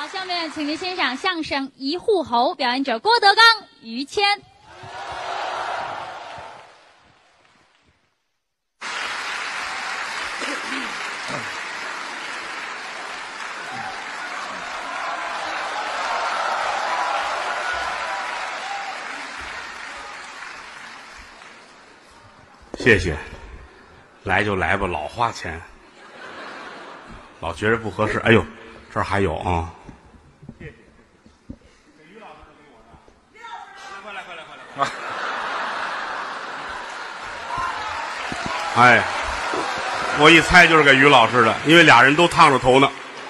好，下面请您欣赏相声《一户侯》，表演者郭德纲、于谦。 谢谢，来就来吧，老花钱，老觉着不合适。哎呦，这儿还有啊！谢谢，给于老师给我的。快来！哎，我一猜就是给于老师的，因为俩人都烫着头呢。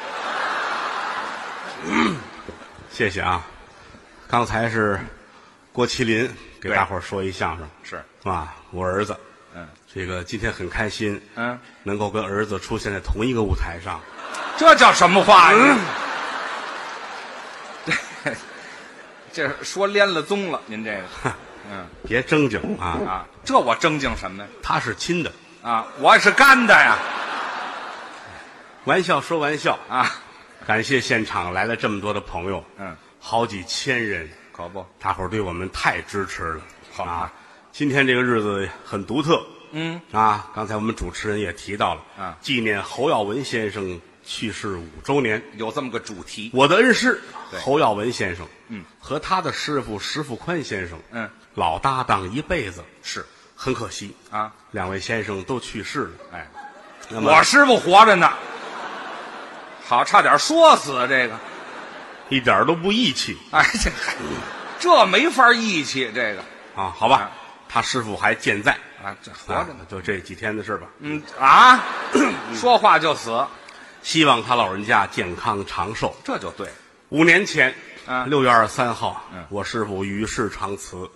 谢谢啊！刚才是郭麒麟给大伙儿说一相声， 是啊，我儿子。这个今天很开心，能够跟儿子出现在同一个舞台上， 这叫什么话呀？这说连了宗了，您这个， 别正经啊！ 这我正经什么呀？ 他是亲的啊，我是干的呀！ 玩笑说玩笑啊！ 感谢现场来了这么多的朋友，好几千人， 可不， 大伙儿对我们太支持了， 好啊！ 今天这个日子很独特。刚才我们主持人也提到了，纪念侯耀文先生去世5周年， 有这么个主题。 我的恩师侯耀文先生，和他的师傅石富宽先生，老搭档一辈子， 是很可惜啊， 两位先生都去世了。 哎，我师傅活着呢，好，差点说死这个， 一点都不义气。 哎，这没法义气，这个啊，好吧，他师傅还健在。 这活着呢， 就这几天的事吧。 说话就死， 希望他老人家健康长寿， 这就对。 5年前，6月23号，我师傅与世长辞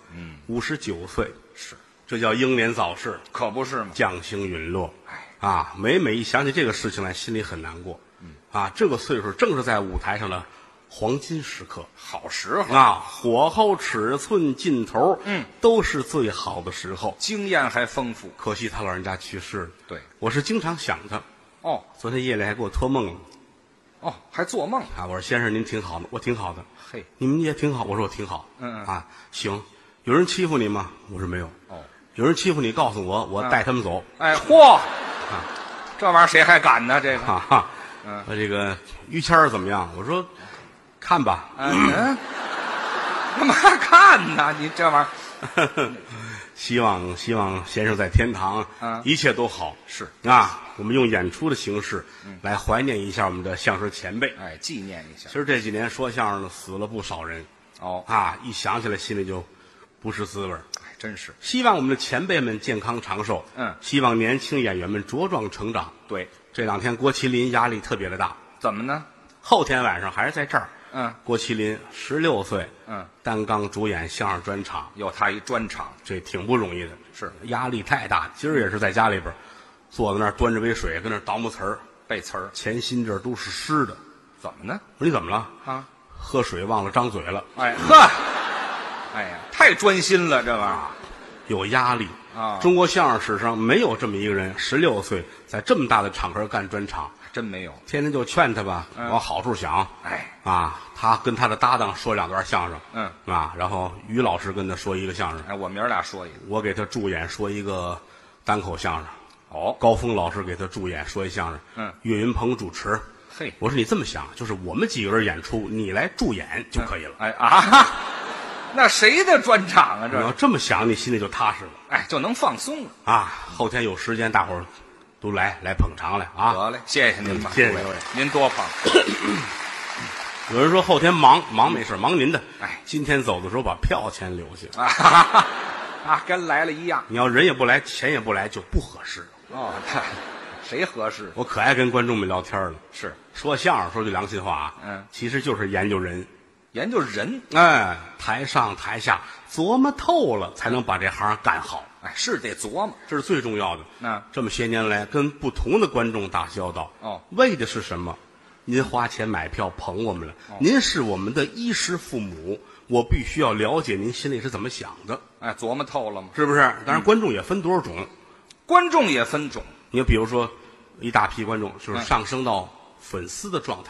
，59岁， 是， 这叫英年早逝， 可不是吗？ 将星陨落，每一想起这个事情来，心里很难过，这个岁数正是在舞台上的黄金时刻， 好时候火候尺寸劲头，都是最好的时候， 经验还丰富。 可惜他老人家去世了。 对， 我是经常想他。昨天夜里还给我托梦了。 还做梦我说先生您挺好的，我挺好的。 嘿， 你们也挺好，我说我挺好。行，有人欺负你吗？我说没有。有人欺负你，告诉我，我带他们走。 哎，嚯，这玩意儿谁还敢呢？这个， 这个于谦儿怎么样？我说。看吧， 干嘛看呢？你这玩意儿， 希望先生在天堂，一切都好。 是我们用演出的形式来怀念一下我们的相声前辈， 纪念一下。 其实这几年说相声的死了不少人，一想起来心里就不是滋味。 真是。希望我们的前辈们健康长寿，希望年轻演员们茁壮成长。 对， 这2天郭麒麟压力特别的大， 怎么呢？ 后天晚上还是在这儿。郭麒麟16岁，担纲主演相声专场， 有他一专场， 这挺不容易的， 是压力太大。今儿也是在家里边，坐在那儿端着杯水，跟那儿倒磨词儿、 背词儿， 前心这儿都是湿的。 怎么呢？ 我说你怎么了？喝水忘了张嘴了。 哎呀，太专心了，这玩意儿有压力中国相声史上没有这么一个人，16岁在这么大的场合干专场。 真没有， 天天就劝他吧，往好处想。他跟他的搭档说2段相声，然后于老师跟他说一个相声， 我明儿俩说一个， 我给他助演说一个单口相声，高峰老师给他助演说一相声，岳云鹏主持。 嘿， 我说你这么想，就是我们几个人演出，你来助演就可以了。 那谁的专场啊？这你要这么想，你心里就踏实了， 就能放松了后天有时间，大伙儿都来捧场来得嘞，谢谢您吧， 谢谢各位， 您多捧。 有人说后天忙没事，忙您的。今天走的时候把票钱留下跟来了一样。 你要人也不来，钱也不来，就不合适了。 谁合适？ 我可爱跟观众们聊天了。 是说相声说句良心话其实就是研究人，台上台下琢磨透了，才能把这行干好。 是得琢磨， 这是最重要的。这么些年来跟不同的观众打交道，为的是什么？您花钱买票捧我们了，您是我们的衣食父母，我必须要了解您心里是怎么想的。 琢磨透了吗？ 是不是？当然，观众也分多少种， 观众也分种。 你比如说，一大批观众就是上升到粉丝的状态，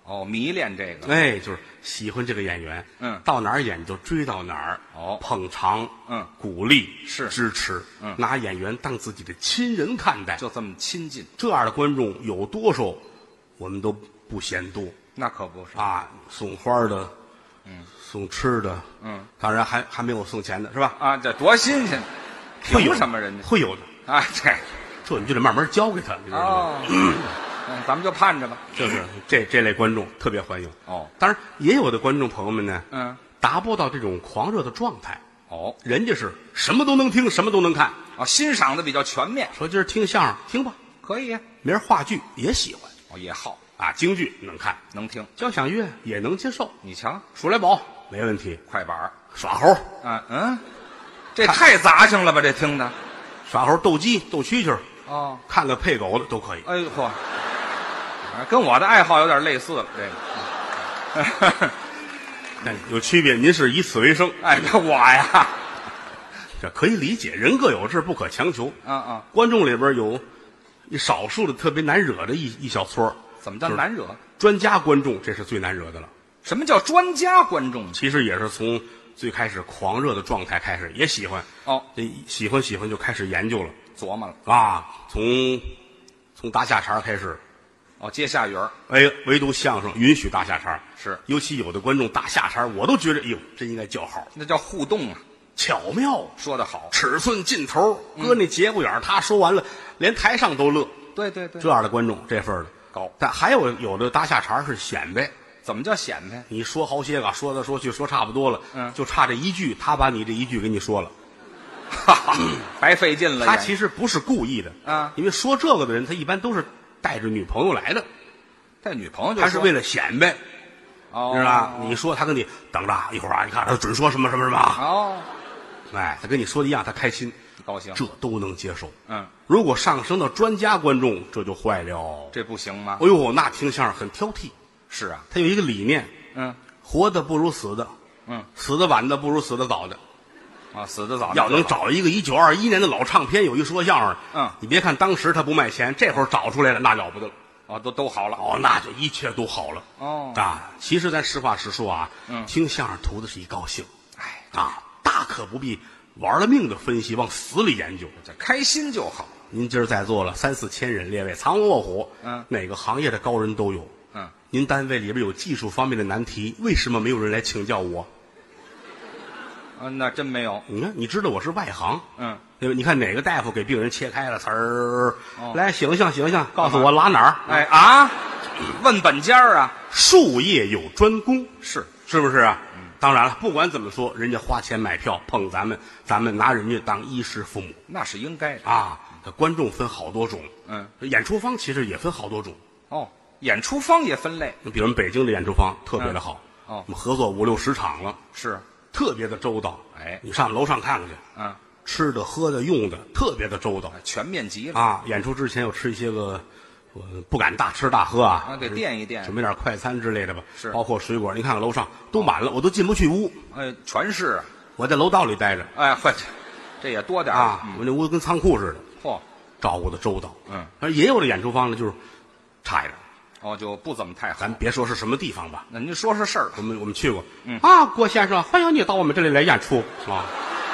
哦，迷恋这个。 哎，就是喜欢这个演员。到哪儿演就追到哪儿。 哦， 捧场。鼓励是支持。拿演员当自己的亲人看待， 就这么亲近。 这样的观众有多少，我们都不嫌多。 那可不是啊，送花的，送吃的，当然还没有送钱的，是吧？ 啊，这多新鲜！ 会有什么人家会有的。 哎， 这你就得慢慢教给他，你知道吗？ 咱们就盼着吧。 就是这类观众特别欢迎。 哦， 当然也有的观众朋友们呢，达不到这种狂热的状态。 哦， 人家是什么都能听，什么都能看。 啊，欣赏的比较全面。 说今儿听相声听吧， 可以呀。 明儿话剧也喜欢。 哦，也好啊，京剧能看能听， 交响乐也能接受。 你瞧， 数来宝没问题， 快板耍猴这太杂性了吧？这听的， 耍猴斗鸡斗蛐蛐哦， 看个配狗的都可以。 哎呦嚯，跟我的爱好有点类似了，这个。 但有区别，您是以此为生。 哎，我呀， 这可以理解，人各有志，不可强求。观众里边有一少数的特别难惹的一小撮。 怎么叫难惹？ 专家观众，这是最难惹的了。 什么叫专家观众？ 其实也是从最开始狂热的状态开始，也喜欢。这喜欢就开始研究了， 琢磨了啊，从打下茬开始。 接下语儿。 唯独相声允许打下茬。 是， 尤其有的观众打下茬，我都觉得，哎呦，真应该叫好。 那叫互动啊， 巧妙， 说得好， 尺寸尽头，搁那节骨眼他说完了，连台上都乐。 对， 这样的观众这份儿的高。 但还有的打下茬是显摆。 怎么叫显摆？ 你说好些个，说来说去说差不多了，就差这一句，他把你这一句给你说了， 白费劲了。 他其实不是故意的因为说这个的人，他一般都是带着女朋友来的。 带女朋友他是为了显摆，知道吧？你说他跟你等着一会儿啊，你看他准说什么什么什么。他跟你说的一样，他开心高兴， 这都能接受。如果上升到专家观众，这就坏了。 这不行吗？ 哎呦，那听相声很挑剔。 是啊， 他有一个理念，活的不如死的，死的晚的不如死的早的。 死的早。 要能找一个1921年的老唱片，有一说相声，你别看当时他不卖钱，这会儿找出来了，那了不得了。 都好了。 那就一切都好了。其实咱实话实说啊，听相声图的是一高兴。大可不必玩了命的分析，往死里研究， 开心就好。 您今儿在座了3、4千人，列位藏龙卧虎，哪个行业的高人都有。您单位里边有技术方面的难题，为什么没有人来请教我？ 那真没有。 你知道我是外行，对吧？你看哪个大夫给病人切开了，来醒醒，告诉我拉哪儿？ 问本家啊， 术业有专攻， 是不是啊？当然了，不管怎么说，人家花钱买票捧咱们拿人家当衣食父母， 那是应该的啊。观众分好多种，演出方其实也分好多种。 演出方也分类。 比如我们北京的演出方特别的好，我们合作5、6、10场了， 是特别的周到。你上楼上看看去，吃的、喝的、用的特别的周到， 全面极了。 演出之前有吃一些个，我不敢大吃大喝给垫一垫， 准备点快餐之类的吧。 是， 包括水果，你看看楼上都满了，我都进不去屋。 全是。 我在楼道里待着。 这也多点我那屋子跟仓库似的。照顾的周到。而也有的演出方呢，就是差一点。 就不怎么太好。 咱别说是什么地方吧， 那您说事儿。 我们去过。郭先生，欢迎你到我们这里来演出啊。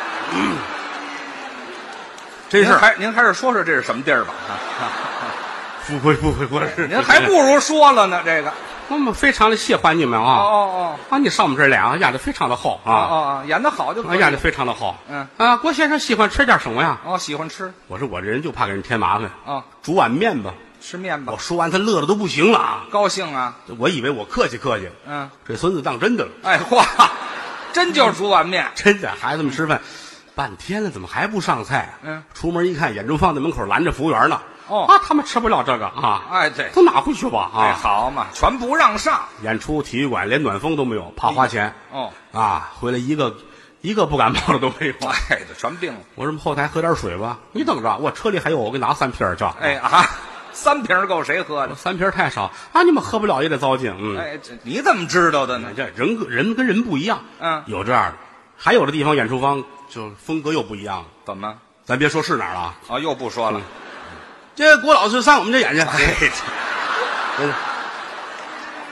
真是。 您还是说这是什么地儿吧？ 不会， 您还不如说了呢。这个， 我们非常的喜欢你们啊。你上我们这儿来演的非常的好啊。 演的好就可以。 演的非常的好。郭先生喜欢吃点什么呀？ 喜欢吃。 我说我这人就怕给人添麻烦。煮碗面吧。 吃面吧。 我说完他乐的都不行了高兴啊。 我以为我客气，这孙子当真的了。真就煮碗面。 真的，孩子们吃饭半天了，怎么还不上菜？出门一看，演出方在门口拦着服务员呢。他们吃不了这个对， 都拿回去吧好嘛，全不让上。 演出体育馆连暖风都没有，怕花钱。回来一个不感冒的都没有。 全病了。 我说后台喝点水吧，你等着，我车里还有，我给拿3瓶去。 3瓶够谁喝的 ？3瓶太少你们喝不了也得糟践。 你怎么知道的呢？ 这人跟人不一样。有这样的，还有的地方演出方就风格又不一样了。 怎么？ 咱别说是哪儿了又不说了。 这郭老师上我们这演去。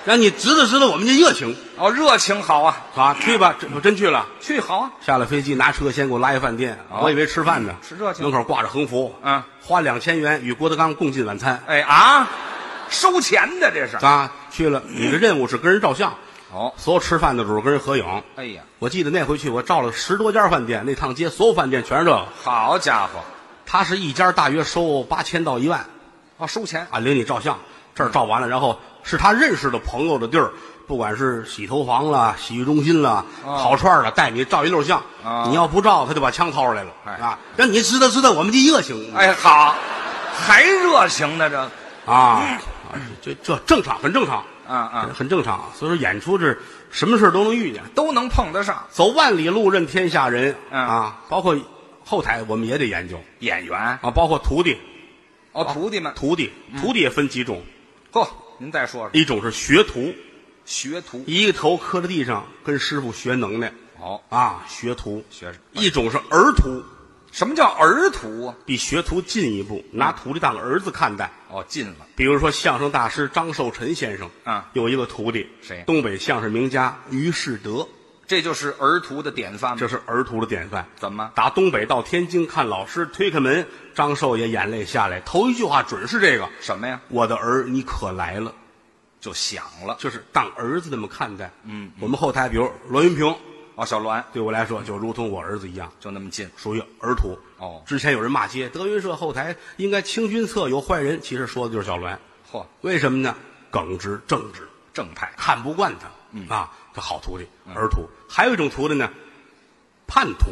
让你知道我们这热情。 哦，热情好啊！ 啊，去吧，我真去了。 去好啊！ 下了飞机，拿车先给我拉一饭店，我以为吃饭呢， 吃热情。 门口挂着横幅，花2000元与郭德纲共进晚餐。 哎啊，收钱的这是啊，去了，你的任务是跟人照相。 哦， 所有吃饭的主跟人合影。 哎呀， 我记得那回去，我照了10多家饭店，那趟街所有饭店全是这个。 好家伙， 他是一家大约收8000到1万。 哦，收钱啊，领你照相，这儿照完了，然后是他认识的朋友的地儿，不管是洗头房啦、洗浴中心啦、烤串了，带你照一溜相。你要不照，他就把枪掏出来了。啊，让你知道我们的热情。 哎，好，还热情呢这。 这正常，很正常。很正常。所以说演出这什么事都能遇见， 都能碰得上。 走万里路任天下人。包括后台我们也得研究演员啊，包括徒弟。 哦，徒弟们， 徒弟也分几种。 嚯，您再说说。 一种是学徒，一个头磕在地上跟师傅学能耐。学徒学。一种是儿徒。 什么叫儿徒啊？ 比学徒进一步，拿徒弟当儿子看待。 哦，近了。 比如说相声大师张寿臣先生，有一个徒弟， 谁？ 东北相声名家于世德。 这就是儿徒的典范吗？ 这是儿徒的典范。 怎么？ 打东北到天津看老师，推开门，张寿也眼泪下来，头一句话准是这个。 什么呀？ 我的儿，你可来了， 就想了， 就是当儿子那么看待。我们后台比如栾云平， 小栾对我来说就如同我儿子一样， 就那么近， 属于儿徒。之前有人骂街，德云社后台应该清君侧有坏人，其实说的就是小栾。为什么呢？耿直、正直、 正派， 看不惯他。这好徒弟，儿徒。还有一种徒弟呢，叛徒。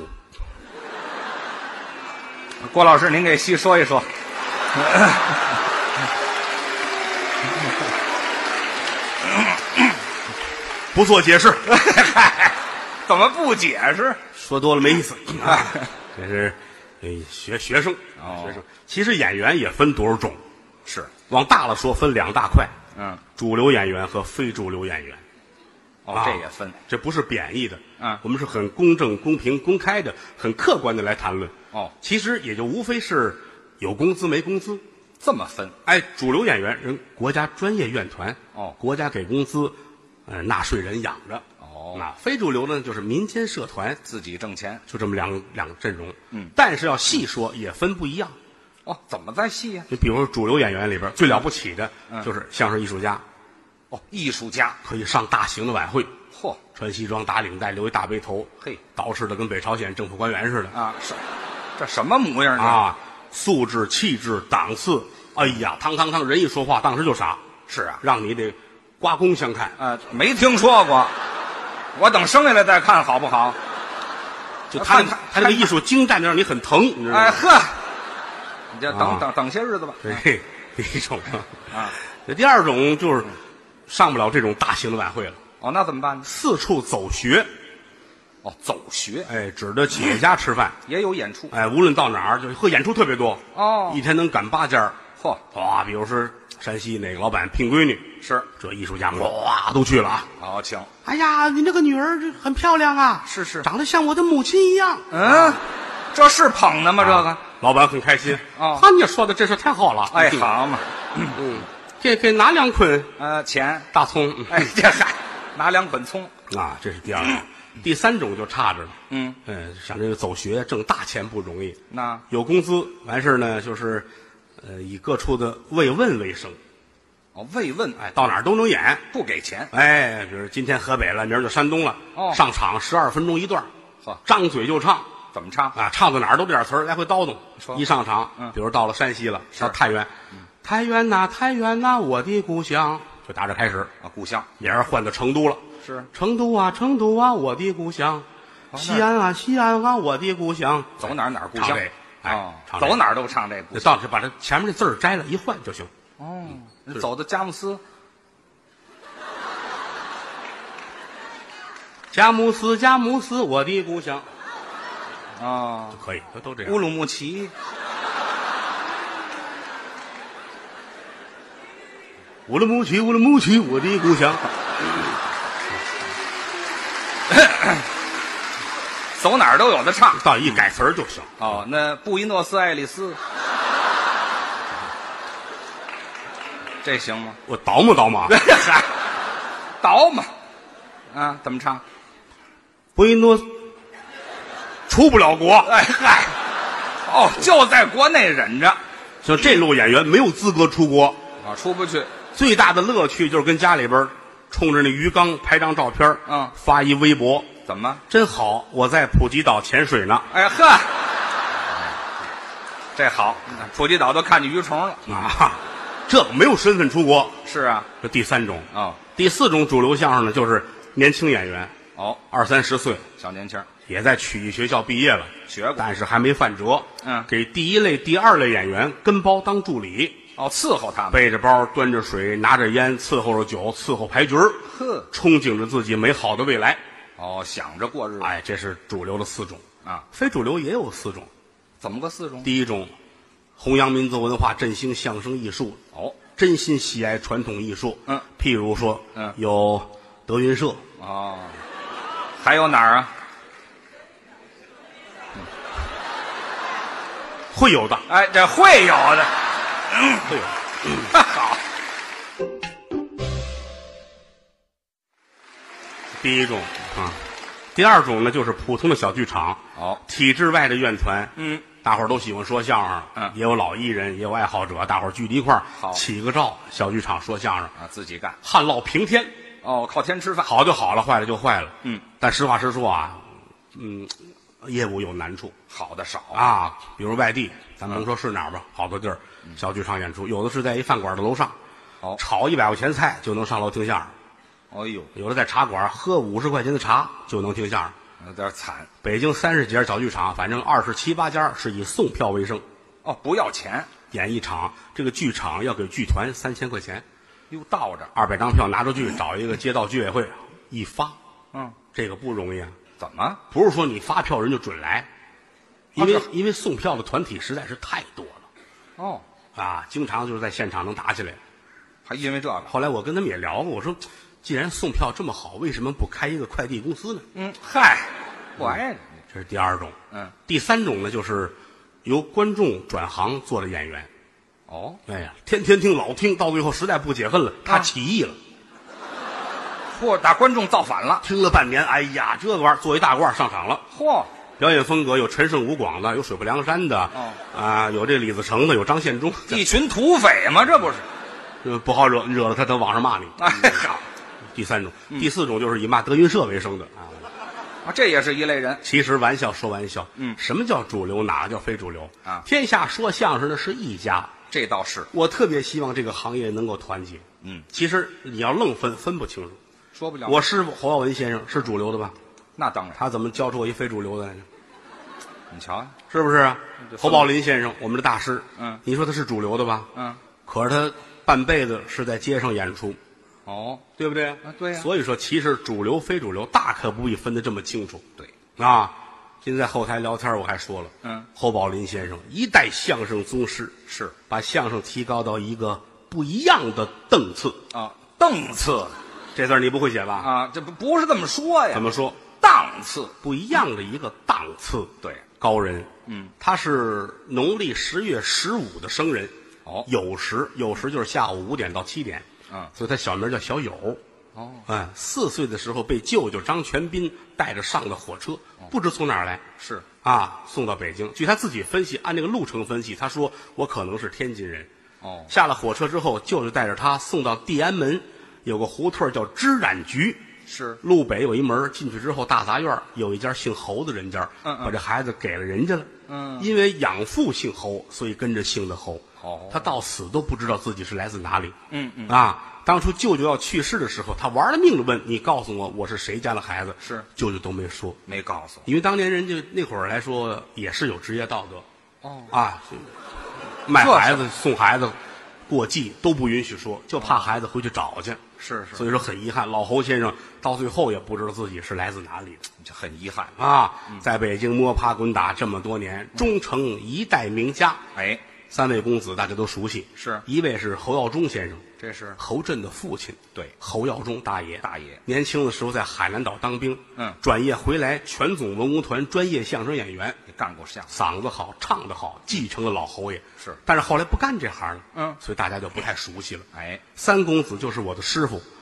郭老师，您给细说一说。 不做解释。 怎么不解释？ 说多了没意思。这是学生。学生。其实演员也分多少种？ 是往大了说，分2大块。主流演员和非主流演员。 这也分， 这不是贬义的。我们是很公正、公平、公开的、很客观的来谈论。其实也就无非是有工资没工资， 这么分。 主流演员人国家专业院团，国家给工资，纳税人养着。那非主流呢，就是民间社团自己挣钱， 就这么两个阵容。但是要细说也分不一样。 怎么在细呀？ 你比如说主流演员里边最了不起的，就是相声艺术家。 艺术家可以上大型的晚会。穿西装打领带，留一大背头，捯饬的跟北朝鲜政府官员似的。 这什么模样啊？ 素质、气质、档次，哎呀，堂，人一说话当时就傻。 是啊， 让你得刮目相看。 没听说过，我等生下来再看好不好？ 就他这个艺术精湛的让你很疼，你知道吗？ 你就等些日子吧。 对，第一种这第二种就是上不了这种大型的晚会了。 那怎么办呢？ 四处走学。 走学。 指着企业家吃饭也有演出。 无论到哪儿，就演出特别多。一天能赶8家。比如说山西哪个老板聘闺女， 是这艺术家们都去了啊。 请。 哎呀，你这个女儿这很漂亮啊。 是， 长得像我的母亲一样。 这是捧的吗？这个老板很开心。你说的真是太好了。 好嘛。 给拿2捆钱大葱。 拿2捆葱。 这是第二种。第三种就差着了。像这个走学挣大钱不容易。有工资完事呢，就是以各处的慰问为生。 慰问。 到哪儿都能演， 不给钱。 比如今天河北了，明儿就山东了。上场12分钟一段。张嘴就唱。 怎么唱？ 唱到哪儿都这点词儿，来回叨叨。一上场，比如到了山西了，到太原。太原呐，太原呐，我的故乡，就打这开始。 故乡。 也是换到成都了。 是。 成都啊，成都啊，我的故乡。西安啊，西安啊，我的故乡。 走哪儿故乡。 走哪儿都唱这故乡。 到这把这前面这字儿摘了一换就行。 走到佳木斯。 佳木斯，佳木斯，我的故乡。就可以，都这样。 乌鲁木齐。 乌鲁木齐，乌鲁木齐，我的故乡。 走哪儿都有的唱， 到一改词儿就行。 那布宜诺斯艾利斯，这行吗？ 我倒磨倒磨。 倒嘛，啊，怎么唱？ 布宜诺出不了国。 哎嗨，哦，就在国内忍着。 像这路演员没有资格出国啊，出不去。 最大的乐趣就是跟家里边冲着那鱼缸拍张照片，发一微博。 怎么？ 真好，我在普吉岛潜水呢。 哎呵，这好，普吉岛都看见鱼虫了啊！这个没有身份出国。 是啊， 这第三种。 哦， 第四种主流相声呢，就是年轻演员。 哦 ，20-30岁， 小年轻， 也在曲艺学校毕业了， 学过， 但是还没犯辙。给第一类、第二类演员跟包当助理。 哦，伺候他们， 背着包，端着水，拿着烟，伺候着酒，伺候牌局儿， 呵， 憧憬着自己美好的未来。 哦，想着过日子。 哎，这是主流的4种啊， 非主流也有4种。 怎么个4种？ 第一种，弘扬民族文化，振兴相声艺术。 哦， 真心喜爱传统艺术。譬如说，有德云社。 哦，还有哪儿啊？ 会有的。 哎，这会有的。 会有。 好。 第一种啊，第二种呢就是普通的小剧场。 哦， 体制外的院团。大伙儿都喜欢说相声。 也有老艺人，也有爱好者，大伙儿聚在一块儿，起个照，小剧场说相声啊，自己干， 旱涝平天。 哦，靠天吃饭， 好就好了，坏了就坏了。但实话实说啊，业务有难处， 好的少啊。比如外地，咱甭说是哪儿吧，好多地儿小剧场演出，有的是在一饭馆的楼上，炒100块钱菜就能上楼听相声。 哎呦， 有的在茶馆喝50块钱的茶就能听相声， 有点惨。 北京30几家小剧场，反正27、8家是以送票为生。 哦，不要钱， 演一场，这个剧场要给剧团3000块钱。 又倒着 200张票拿出去，找一个街道居委会一发。这个不容易啊。 怎么？ 不是说你发票人就准来，因为送票的团体实在是太多了。 哦， 啊，经常就是在现场能打起来。 还因为这个， 后来我跟他们也聊过，我说，既然送票这么好，为什么不开一个快递公司呢？ 嗨，不挨着。 这是第二种。第三种呢，就是由观众转行做的演员。 哦， 哎呀，天天听老听，到最后实在不解恨了，他起义了。 嚯，打观众造反了。 听了半年，哎呀，这个玩意儿做一大褂上场了。 嚯， 表演风格有陈胜吴广的，有水泊梁山的，有这李自成的，有张献忠， 一群土匪嘛，这不是？ 不好惹，惹了他往上骂你。 哎，好。 第三种，第四种就是以骂德云社为生的啊，这也是一类人。 其实玩笑说玩笑，什么叫主流，哪个叫非主流啊？ 天下说相声的是一家。 这倒是， 我特别希望这个行业能够团结。其实你要愣分不清楚， 说不了。 我师傅侯耀文先生是主流的吧？ 那当然。 他怎么教出我一非主流的来呢？ 你瞧， 是不是啊？侯宝林先生，我们的大师，你说他是主流的吧？可是他半辈子是在街上演出，对不对？ 对呀。 所以说，其实主流非主流，大可不必分得这么清楚。 对啊。今天在后台聊天，我还说了，侯宝林先生一代相声宗师， 是把相声提高到一个不一样的档次啊，档次， 这字你不会写吧？ 啊，这不是这么说呀？ 怎么说？ 档次， 不一样的一个档次。 对， 高人，他是农历10月15的生人，酉时就是下午5点到7点，所以他小名叫小酉。4岁的时候被舅舅张全斌带着上的火车，不知从哪儿来， 是啊，送到北京。据他自己分析，按这个路程分析，他说我可能是天津人。下了火车之后，舅舅带着他送到地安门，有个胡同叫织染局， 是路北有一门，进去之后大杂院有一家姓侯的人家，把这孩子给了人家了。因为养父姓侯，所以跟着姓的侯。他到死都不知道自己是来自哪里。当初舅舅要去世的时候，他玩了命的问：“你告诉我，我是谁家的孩子？” 是舅舅都没说， 没告诉。 因为当年人家那会儿来说也是有职业道德。卖孩子、送孩子、过继都不允许说，就怕孩子回去找去。 是， 所以说很遗憾，老侯先生到最后也不知道自己是来自哪里的， 这很遗憾啊。在北京摸爬滚打这么多年，终成一代名家。3位公子大家都熟悉， 是一位是侯耀中先生， 这是侯震的父亲， 对， 侯耀中大爷。 大爷年轻的时候在海南岛当兵，转业回来，全总文工团专业相声演员， 也干过相声， 嗓子好，唱得好，继承了老侯爷。 是， 但是后来不干这行了，所以大家就不太熟悉了。 3 公子就是我的师傅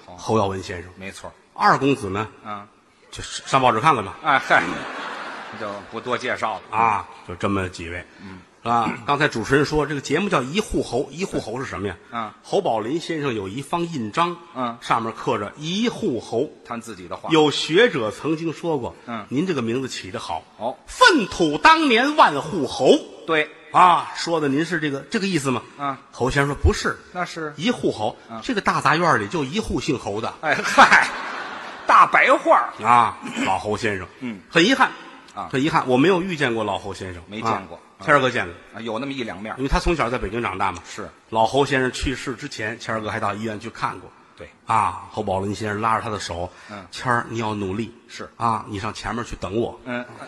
侯耀文先生。 没错。 二公子呢？就上报纸看看吧。 哎嗨，就不多介绍了啊，就这么几位。刚才主持人说这个节目叫一户侯，一户侯是什么呀？侯宝林先生有一方印章，上面刻着一户侯， 他自己的话。 有学者曾经说过，您这个名字起得好， 粪土当年万户侯。 对啊，说的您是这个意思吗？侯先生说不是， 那是一户侯。这个大杂院里就一户姓侯的。 哎嗨，大白话啊，老侯先生。很遗憾。很遗憾，我没有遇见过老侯先生， 没见过。 谦儿哥见过， 有那么一两面， 因为他从小在北京长大嘛。 是老侯先生去世之前，谦儿哥还到医院去看过。 对啊，侯宝林先生拉着他的手，谦儿你要努力， 是啊，你上前面去等我。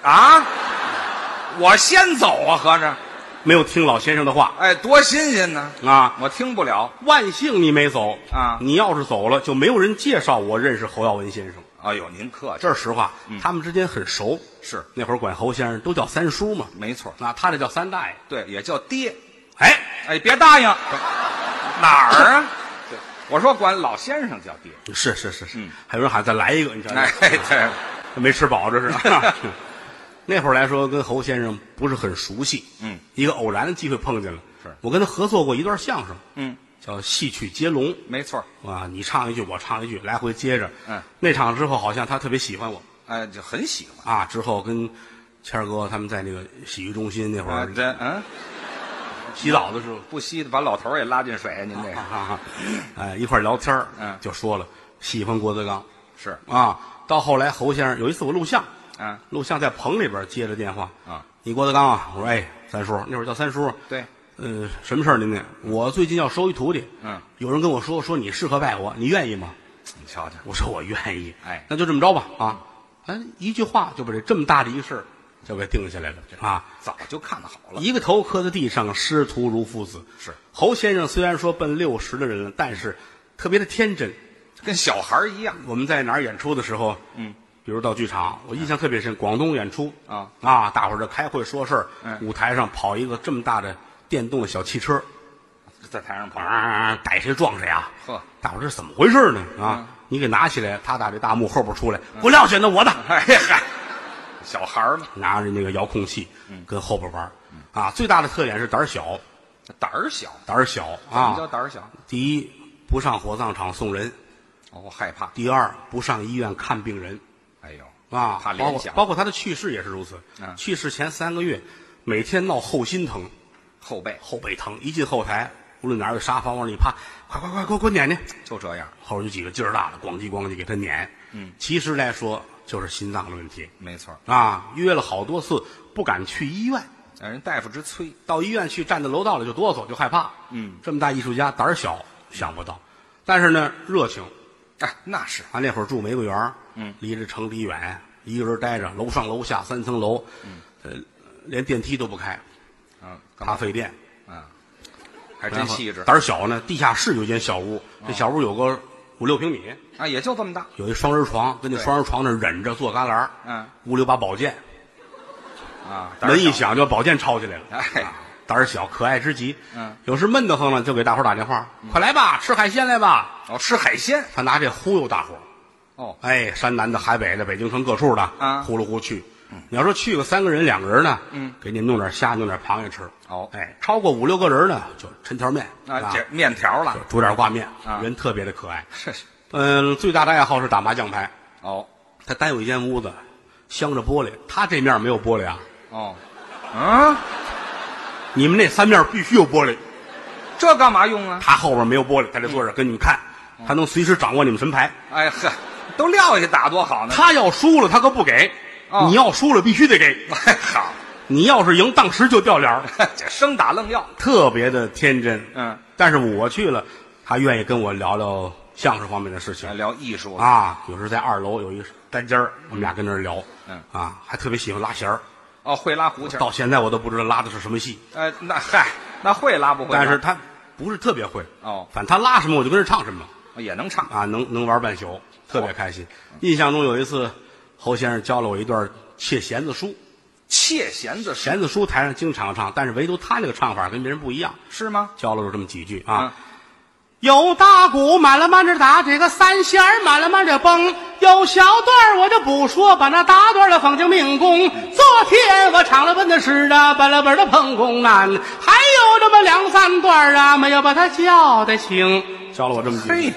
我先走啊，合着没有听老先生的话。 哎，多新鲜呢！ 啊， 我听不了。 万幸你没走啊！ 你要是走了，就没有人介绍我认识侯耀文先生。 哎呦，您客气， 这是实话。他们之间很熟， 是那会儿管侯先生都叫三叔嘛。 没错， 那他这叫三大爷， 对，也叫爹。 哎， 别答应，哪儿啊？我说管老先生叫爹。 是，还有人喊再来一个，你瞧， 对， 没吃饱这是。那会儿来说，跟侯先生不是很熟悉。一个偶然的机会碰见了， 是我跟他合作过一段相声。叫戏曲接龙， 没错啊，你唱一句，我唱一句，来回接着。那场之后，好像他特别喜欢我， 就很喜欢啊。之后跟谦儿哥他们在那个洗浴中心那会儿，洗澡的时候不洗的，把老头也拉进水，您这个，一块聊天就说了喜欢郭德纲， 是啊。到后来侯先生有一次我录像，录像在棚里边接着电话，你郭德纲啊，我说哎，三叔，那会儿叫三叔， 对。 什么事儿您呢？我最近要收一徒弟，有人跟我说你适合拜我，你愿意吗？ 你瞧瞧， 我说我愿意， 那就这么着吧啊！一句话就把这么大的一个事儿就给定下来了啊！ 早就看得好了， 一个头磕在地上，师徒如父子。 是侯先生虽然说奔60的人了，但是特别的天真， 跟小孩一样。 我们在哪儿演出的时候，比如到剧场，我印象特别深，广东演出大伙儿这开会说事儿，舞台上跑一个这么大的电动的小汽车， 在台上跑， 逮谁撞谁啊！ 呵， 大伙儿这是怎么回事呢？你给拿起来，他打这大幕后边出来，不撂下那我的。 哎嗨，小孩嘛， 拿着那个遥控器，跟后边玩最大的特点是胆小， 胆儿小啊！ 什么叫胆儿小？ 第一，不上火葬场送人， 害怕； 第二，不上医院看病人。 哎呦怕联想， 包括他的去世也是如此。去世前3个月，每天闹后心疼。 后背疼，一进后台，无论哪儿有沙发往里趴，快给我撵， 就这样。 后边有几个劲儿大的，咣叽给他撵。其实来说就是心脏的问题。 没错约了好多次，不敢去医院， 人大夫直催。 到医院去，站在楼道里就哆嗦，就害怕。这么大艺术家胆儿小，想不到，但是呢热情。 那是那会儿住玫瑰园，离着城里远，一个人待着，楼上楼下3层楼，连电梯都不开。咖啡店， 还真细致。 胆儿小呢，地下室有间小屋，这小屋有个5、6平米也就这么大。 有一双人床，跟那双人床那忍着坐旮旯屋里有把宝剑，门一响就把宝剑抄起来了。胆儿小，可爱之极。有时闷得慌了，就给大伙打电话，快来吧，吃海鲜来吧。 吃海鲜， 他拿这忽悠大伙。山南的、海北的、北京城各处的，呼噜呼去。你要说去个3个人、2个人呢，给你弄点虾、弄点螃蟹吃。超过5、6个人呢，就抻条面这面条了， 煮点挂面，人特别的可爱。 是。 最大的爱好是打麻将牌。他单有一间屋子，镶着玻璃，他这面没有玻璃啊。你们那3面必须有玻璃， 这干嘛用啊？ 他后边没有玻璃，他得坐这跟你们看，他能随时掌握你们什么牌。 都撂下打多好呢。 他要输了，他可不给。你要输了必须得给。 好， 你要是赢，当时就掉脸儿。 这生打愣要， 特别的天真。但是我去了，他愿意跟我聊聊相声方面的事情， 聊艺术有时在2楼有一个单间儿，我们俩跟那儿聊。还特别喜欢拉弦儿。 会拉胡琴。到现在我都不知道拉的是什么戏。 那会拉不会？ 但是他不是特别会。反正他拉什么我就跟着唱什么。 也能唱能玩半宿，特别开心。印象中有一次，侯先生教了我一段切弦子书。弦子书台上经常唱，但是唯独他那个唱法跟别人不一样。 是吗？ 教了我这么几句有大鼓满了满着打，这个三弦满了满着蹦，有小段我就不说，把那大段的放进命宫。昨天我唱了本的是啊，本了本的彭公难，还有这么2、3段啊，没有把他教得清，教了我这么几句。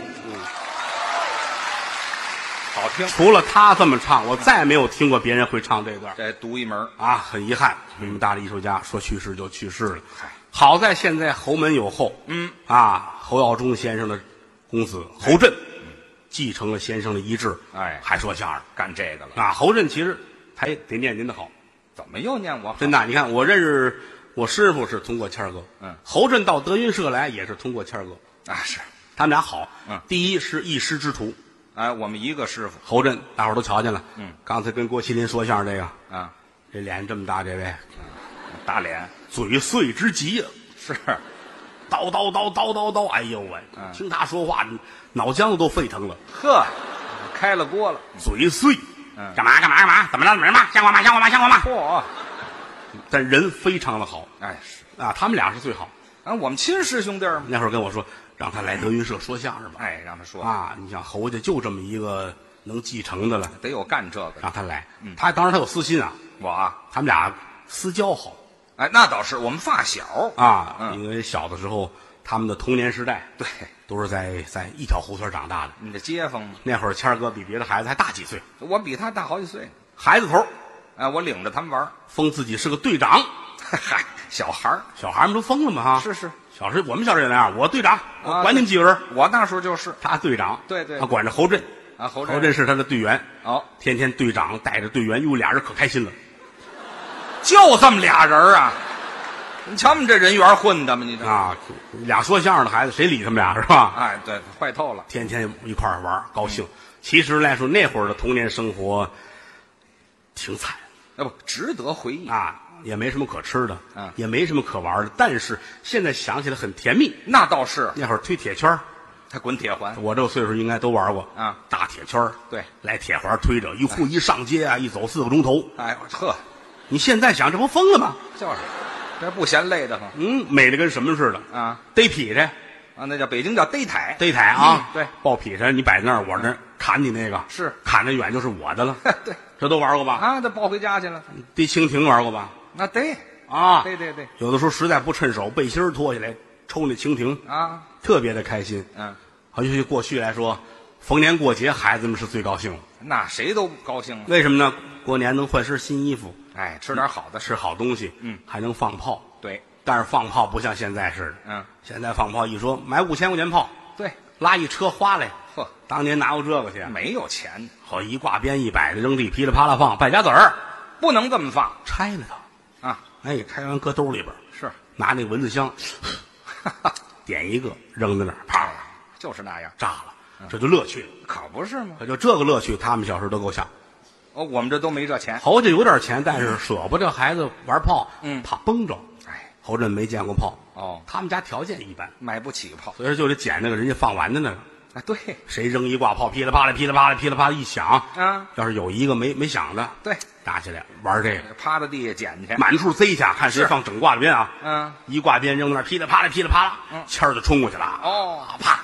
好听。 除了他这么唱，我再没有听过别人会唱这段。 这独一门啊，很遗憾，这么大的艺术家说去世就去世了。好在现在侯门有后，侯耀中先生的公子侯震，继承了先生的遗志，还说相声， 干这个了啊。侯震其实还得念您的好， 怎么又念我好？ 真的，你看我认识我师傅是通过谦儿哥，侯震到德云社来也是通过谦儿哥啊，是他们俩好，第一是一师之徒， 我们一个师傅侯震，大伙儿都瞧见了，刚才跟郭麒麟说相声这个啊， 这脸这么大，这位大脸， 嘴碎之极呀， 是。 叨叨叨叨叨叨，哎呦喂！听他说话，脑浆子都沸腾了。 呵，开了锅了， 嘴碎，干嘛干嘛干嘛？怎么了？怎么了？像话吗？像话吗？像话吗？ 嚯！ 但人非常的好， 是啊，他们俩是最好。 我们亲师兄弟嘛。 那会儿跟我说，让他来德云社说相声吧。 让他说啊，你想侯家就这么一个能继承的了， 得有干这个， 让他来。他当然他有私心啊，他们俩私交好。 那倒是，我们发小啊，因为小的时候他们的童年时代， 对， 都是在一条胡同长大的。 你的街坊吗？ 那会儿谦儿哥比别的孩子还大几岁， 我比他大好几岁， 孩子头。 我领着他们玩， 封自己是个队长。 嗨，小孩们都疯了嘛哈！ 是， 我们小时候也那样，我队长，我管你们几个人。 我那时候就是他队长， 对， 他管着侯震啊，侯震是他的队员。天天队长带着队员，俩人可开心了。 就这么俩人啊！你瞧我们这人缘混的吗？你这啊，俩说相声的孩子，谁理他们俩是吧？ 对，坏透了。 天天一块玩，高兴。其实来说，那会儿的童年生活挺惨， 不值得回忆啊，也没什么可吃的，也没什么可玩的。但是现在想起来很甜蜜。 那倒是， 那会儿推铁圈， 他滚铁环， 我这个岁数应该都玩过啊。 大铁圈， 对， 来铁环推着一上街啊，一走4个钟头。 呵， 你现在想，这不疯了吗？ 就是，这不嫌累的慌。 美的跟什么似的啊！ 逮劈柴啊，那叫北京叫逮台， 逮台啊！ 对， 抱劈柴，你摆在那儿，我这砍你那个， 是砍得远就是我的了。 对， 这都玩过吧？ 啊，这抱回家去了。 逮蜻蜓玩过吧？ 那逮啊， 对， 有的时候实在不趁手，背心脱下来抽那蜻蜓啊， 特别的开心。尤其过去来说，逢年过节，孩子们是最高兴了。 那谁都高兴了。 为什么呢？过年能换身新衣服， 吃点好的， 吃好东西，还能放炮。 对， 但是放炮不像现在似的，现在放炮一说买5000块钱炮， 对， 拉一车花来。 呵， 当年哪有这个去？ 没有钱， 好一挂鞭一摆的扔地，噼里啪啦放，败家子儿不能这么放， 拆了它啊！拆完搁兜里边， 是拿那个蚊子香，点一个扔在那儿，啪， 就是那样炸了，这就乐趣， 可不是吗？ 可就这个乐趣，他们小时候都够呛。 我们这都没这钱。 侯家有点钱，但是舍不得孩子玩炮，怕崩着。侯震没见过炮，他们家条件一般， 买不起炮， 所以说就得捡那个人家放完的那个。 对， 谁扔一挂炮，噼里啪啦噼里啪啦噼里啪啦一响啊！ 要是有一个没响的， 对， 拿起来玩这个， 趴在地下捡去， 满处塞下，看谁放整挂的鞭啊！一挂鞭扔那儿，噼里啪啦噼里啪啦，签儿就冲过去了。啪！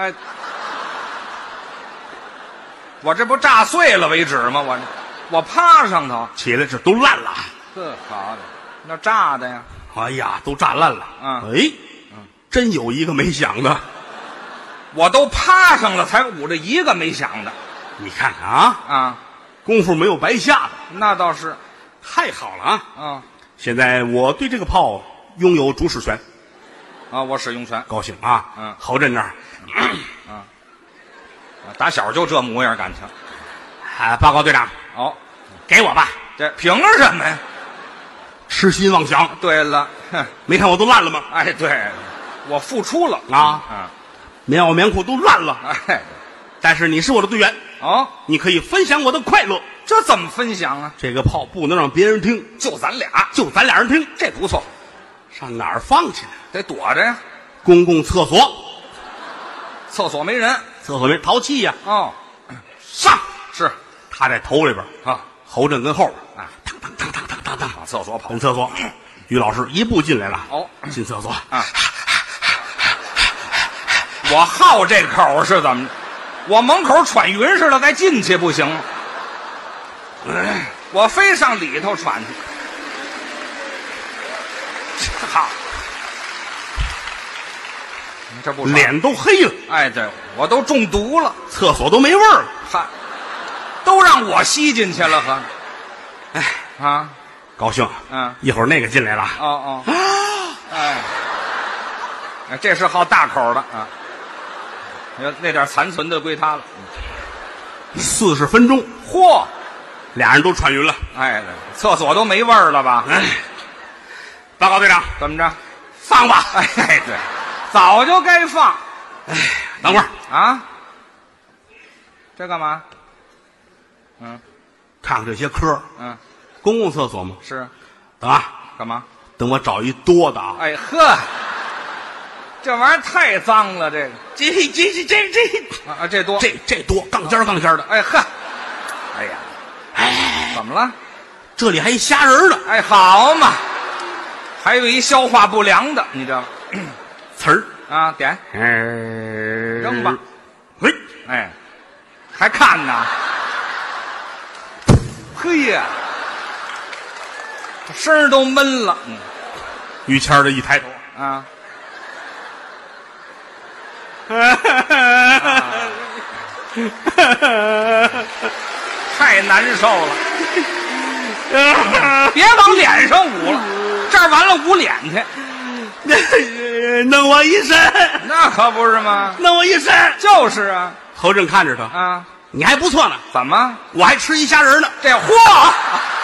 我这不炸碎了为止吗？我趴上头起来，这都烂了。 好的，那炸的呀！ 哎呀，都炸烂了。真有一个没响的。 我都趴上了，才捂着一个没响的。 你看看啊，功夫没有白下的。 那倒是， 太好了啊！现在我对这个炮拥有主使权。 我使用权， 高兴啊！侯震那儿， 打小就这模样，感情。 报告队长，给我吧。 这凭什么呀？ 痴心妄想。 对了， 没看我都烂了吗？ 对，我付出了棉袄棉裤都烂了。但是你是我的队员你可以分享我的快乐。 这怎么分享啊？ 这个炮不能让别人听， 就咱俩人听， 这不错。 上哪儿放去？ 得躲着呀。 公共厕所， 厕所没人， 淘气呀。上是他在头里边侯震跟后边当往厕所跑。 跟厕所，于老师一步进来了。进厕所我好这口是怎么着？我门口喘匀似的，再进去不行吗？我非上里头喘去。好，这不脸都黑了。 哎，对，我都中毒了， 厕所都没味儿了。 嗨，都让我吸进去了，呵。 哎啊， 高兴。 嗯， 一会儿那个进来了。 哦哦，哎，这是好大口的啊。那点残存的归他了。 40分钟， 嚯， 俩人都喘匀了。 哎，厕所都没味儿了吧？ 哎，报告队长， 怎么着？ 放吧。 哎，对，早就该放。 哎，等会儿啊，这干嘛？ 看看这些科。公共厕所嘛。 是。 等啊， 干嘛？ 等我找一多的啊。 哎呵，这玩意儿太脏了，这个。这多。 这多，杠尖的。 哎呵，哎呀，哎，怎么了？ 这里还一虾仁呢。 哎，好嘛，还有一消化不良的，你知道吗？ 词儿啊，点，扔吧。 喂， 哎，还看呢？嘿呀，声儿都闷了。 于谦的一抬头啊，太难受了。别往脸上捂了，这儿完了捂脸去。 弄我一身， 那可不是吗？ 弄我一身。 就是啊。 侯震看着他啊， 你还不错呢。 怎么？ 我还吃一虾仁呢。 这嚯！